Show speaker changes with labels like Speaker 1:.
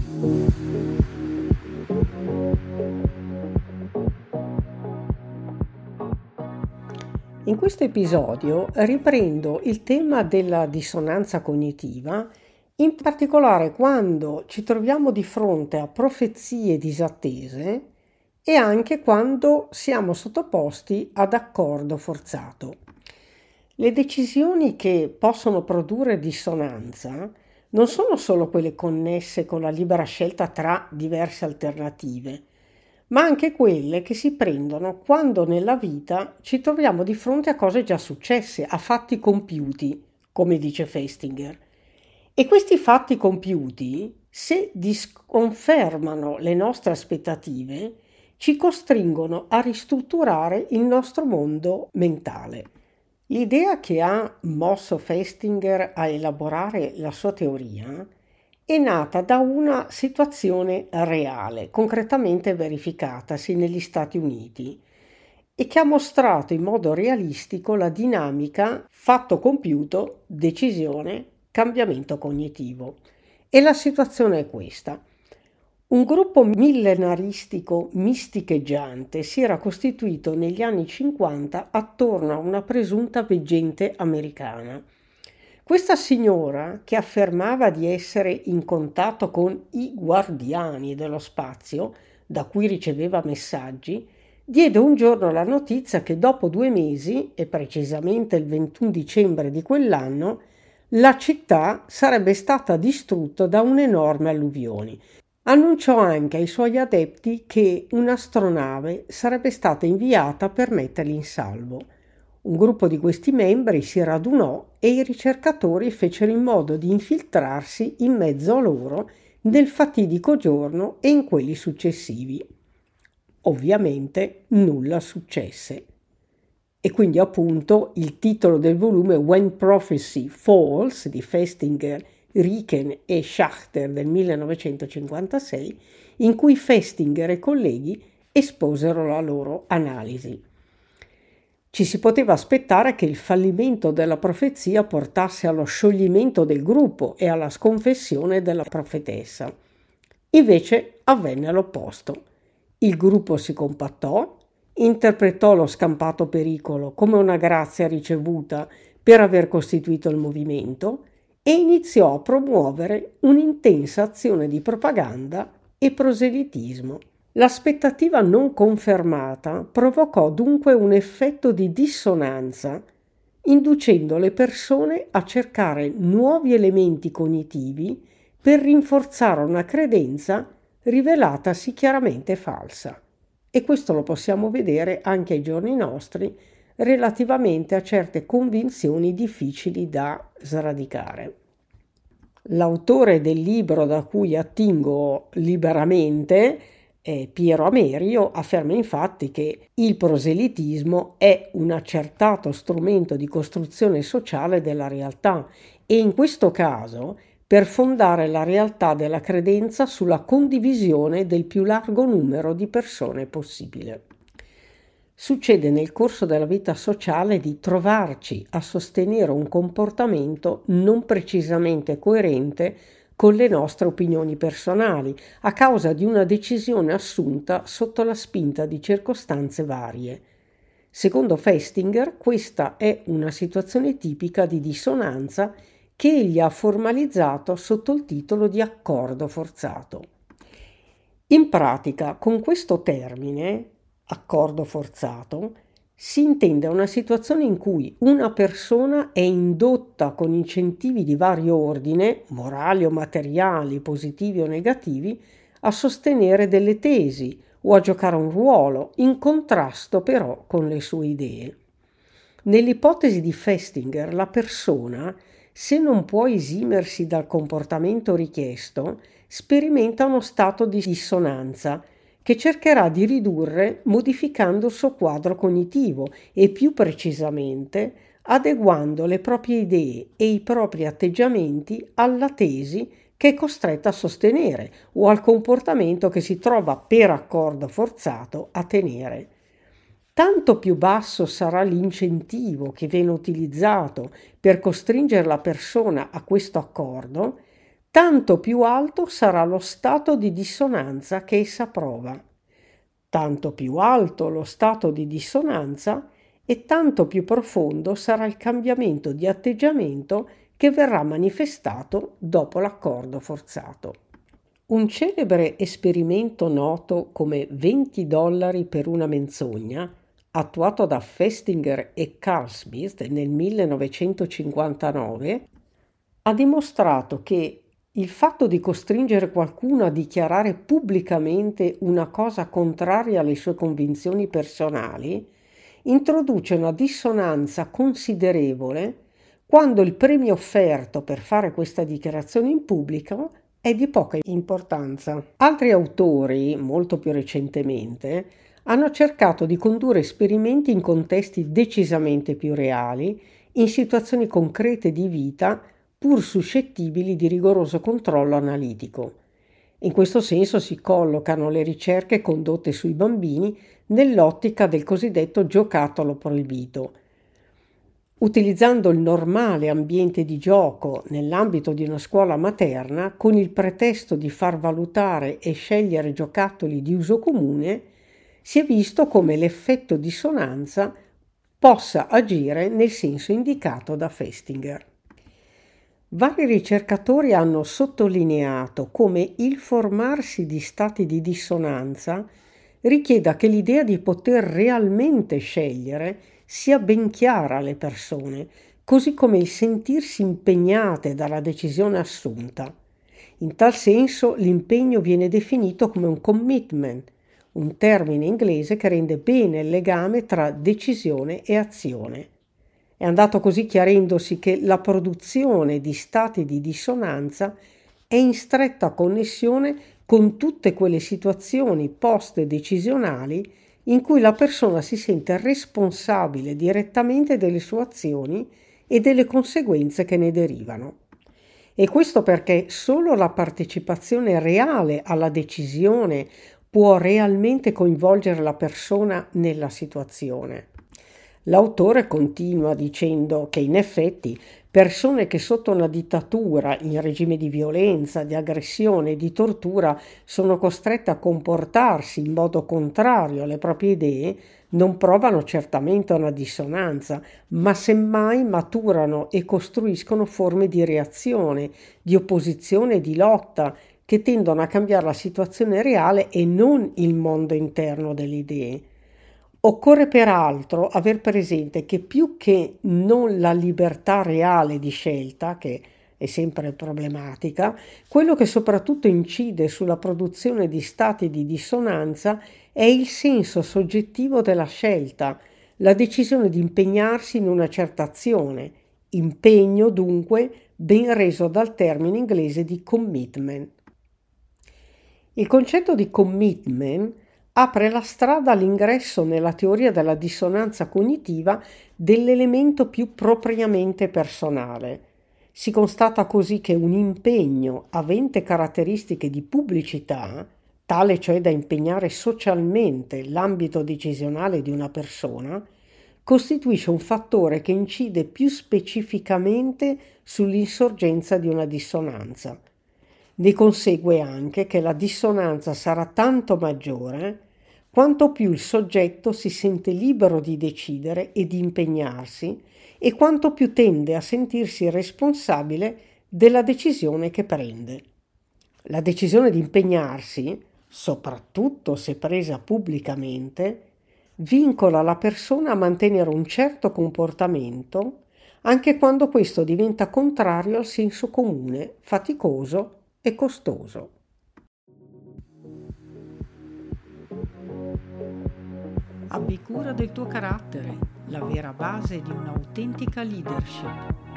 Speaker 1: In questo episodio riprendo il tema della dissonanza cognitiva, in particolare quando ci troviamo di fronte a profezie disattese e anche quando siamo sottoposti ad accordo forzato. Le decisioni che possono produrre dissonanza non sono solo quelle connesse con la libera scelta tra diverse alternative, ma anche quelle che si prendono quando nella vita ci troviamo di fronte a cose già successe, a fatti compiuti, come dice Festinger. E questi fatti compiuti, se disconfermano le nostre aspettative, ci costringono a ristrutturare il nostro mondo mentale. L'idea che ha mosso Festinger a elaborare la sua teoria è nata da una situazione reale, concretamente verificatasi negli Stati Uniti e che ha mostrato in modo realistico la dinamica fatto compiuto, decisione, cambiamento cognitivo. E la situazione è questa. Un gruppo millenaristico misticheggiante si era costituito negli anni 50 attorno a una presunta veggente americana. Questa signora, che affermava di essere in contatto con i guardiani dello spazio, da cui riceveva messaggi, diede un giorno la notizia che dopo 2 mesi, e precisamente il 21 dicembre di quell'anno, la città sarebbe stata distrutta da un'enorme alluvione. Annunciò anche ai suoi adepti che un'astronave sarebbe stata inviata per metterli in salvo. Un gruppo di questi membri si radunò e i ricercatori fecero in modo di infiltrarsi in mezzo a loro nel fatidico giorno e in quelli successivi. Ovviamente nulla successe. E quindi appunto il titolo del volume When Prophecy Falls di Festinger, Riken e Schachter del 1956, in cui Festinger e colleghi esposero la loro analisi. Ci si poteva aspettare che il fallimento della profezia portasse allo scioglimento del gruppo e alla sconfessione della profetessa. Invece avvenne l'opposto. Il gruppo si compattò, interpretò lo scampato pericolo come una grazia ricevuta per aver costituito il movimento e iniziò a promuovere un'intensa azione di propaganda e proselitismo. L'aspettativa non confermata provocò dunque un effetto di dissonanza, inducendo le persone a cercare nuovi elementi cognitivi per rinforzare una credenza rivelatasi chiaramente falsa. E questo lo possiamo vedere anche ai giorni nostri relativamente a certe convinzioni difficili da sradicare. L'autore del libro da cui attingo liberamente, Piero Amerio, afferma infatti che il proselitismo è un accertato strumento di costruzione sociale della realtà e in questo caso per fondare la realtà della credenza sulla condivisione del più largo numero di persone possibile. Succede nel corso della vita sociale di trovarci a sostenere un comportamento non precisamente coerente con le nostre opinioni personali, a causa di una decisione assunta sotto la spinta di circostanze varie. Secondo Festinger, questa è una situazione tipica di dissonanza che egli ha formalizzato sotto il titolo di accordo forzato. In pratica, con questo termine, accordo forzato, si intende una situazione in cui una persona è indotta con incentivi di vario ordine, morali o materiali, positivi o negativi, a sostenere delle tesi o a giocare un ruolo, in contrasto però con le sue idee. Nell'ipotesi di Festinger, la persona, se non può esimersi dal comportamento richiesto, sperimenta uno stato di dissonanza che cercherà di ridurre modificando il suo quadro cognitivo e più precisamente adeguando le proprie idee e i propri atteggiamenti alla tesi che è costretta a sostenere o al comportamento che si trova per accordo forzato a tenere. Tanto più basso sarà l'incentivo che viene utilizzato per costringere la persona a questo accordo, tanto più alto sarà lo stato di dissonanza che essa prova. Tanto più alto lo stato di dissonanza e tanto più profondo sarà il cambiamento di atteggiamento che verrà manifestato dopo l'accordo forzato. Un celebre esperimento noto come $20 per una menzogna, attuato da Festinger e Carl Smith nel 1959, ha dimostrato che il fatto di costringere qualcuno a dichiarare pubblicamente una cosa contraria alle sue convinzioni personali introduce una dissonanza considerevole quando il premio offerto per fare questa dichiarazione in pubblico è di poca importanza. Altri autori, molto più recentemente, hanno cercato di condurre esperimenti in contesti decisamente più reali, in situazioni concrete di vita, pur suscettibili di rigoroso controllo analitico. In questo senso si collocano le ricerche condotte sui bambini nell'ottica del cosiddetto giocattolo proibito. Utilizzando il normale ambiente di gioco nell'ambito di una scuola materna con il pretesto di far valutare e scegliere giocattoli di uso comune, si è visto come l'effetto dissonanza possa agire nel senso indicato da Festinger. Vari ricercatori hanno sottolineato come il formarsi di stati di dissonanza richieda che l'idea di poter realmente scegliere sia ben chiara alle persone, così come il sentirsi impegnate dalla decisione assunta. In tal senso l'impegno viene definito come un commitment, un termine inglese che rende bene il legame tra decisione e azione. È andato così chiarendosi che la produzione di stati di dissonanza è in stretta connessione con tutte quelle situazioni post-decisionali in cui la persona si sente responsabile direttamente delle sue azioni e delle conseguenze che ne derivano. E questo perché solo la partecipazione reale alla decisione può realmente coinvolgere la persona nella situazione. L'autore continua dicendo che in effetti persone che sotto una dittatura, in regime di violenza, di aggressione e di tortura sono costrette a comportarsi in modo contrario alle proprie idee non provano certamente una dissonanza, ma semmai maturano e costruiscono forme di reazione, di opposizione e di lotta che tendono a cambiare la situazione reale e non il mondo interno delle idee. Occorre peraltro aver presente che più che non la libertà reale di scelta, che è sempre problematica, quello che soprattutto incide sulla produzione di stati di dissonanza è il senso soggettivo della scelta, la decisione di impegnarsi in una certa azione, impegno dunque ben reso dal termine inglese di commitment. Il concetto di commitment apre la strada all'ingresso nella teoria della dissonanza cognitiva dell'elemento più propriamente personale. Si constata così che un impegno avente caratteristiche di pubblicità, tale cioè da impegnare socialmente l'ambito decisionale di una persona, costituisce un fattore che incide più specificamente sull'insorgenza di una dissonanza. Ne consegue anche che la dissonanza sarà tanto maggiore quanto più il soggetto si sente libero di decidere e di impegnarsi e quanto più tende a sentirsi responsabile della decisione che prende. La decisione di impegnarsi, soprattutto se presa pubblicamente, vincola la persona a mantenere un certo comportamento anche quando questo diventa contrario al senso comune, faticoso e costoso. Abbi cura del tuo carattere, la vera base di un'autentica leadership.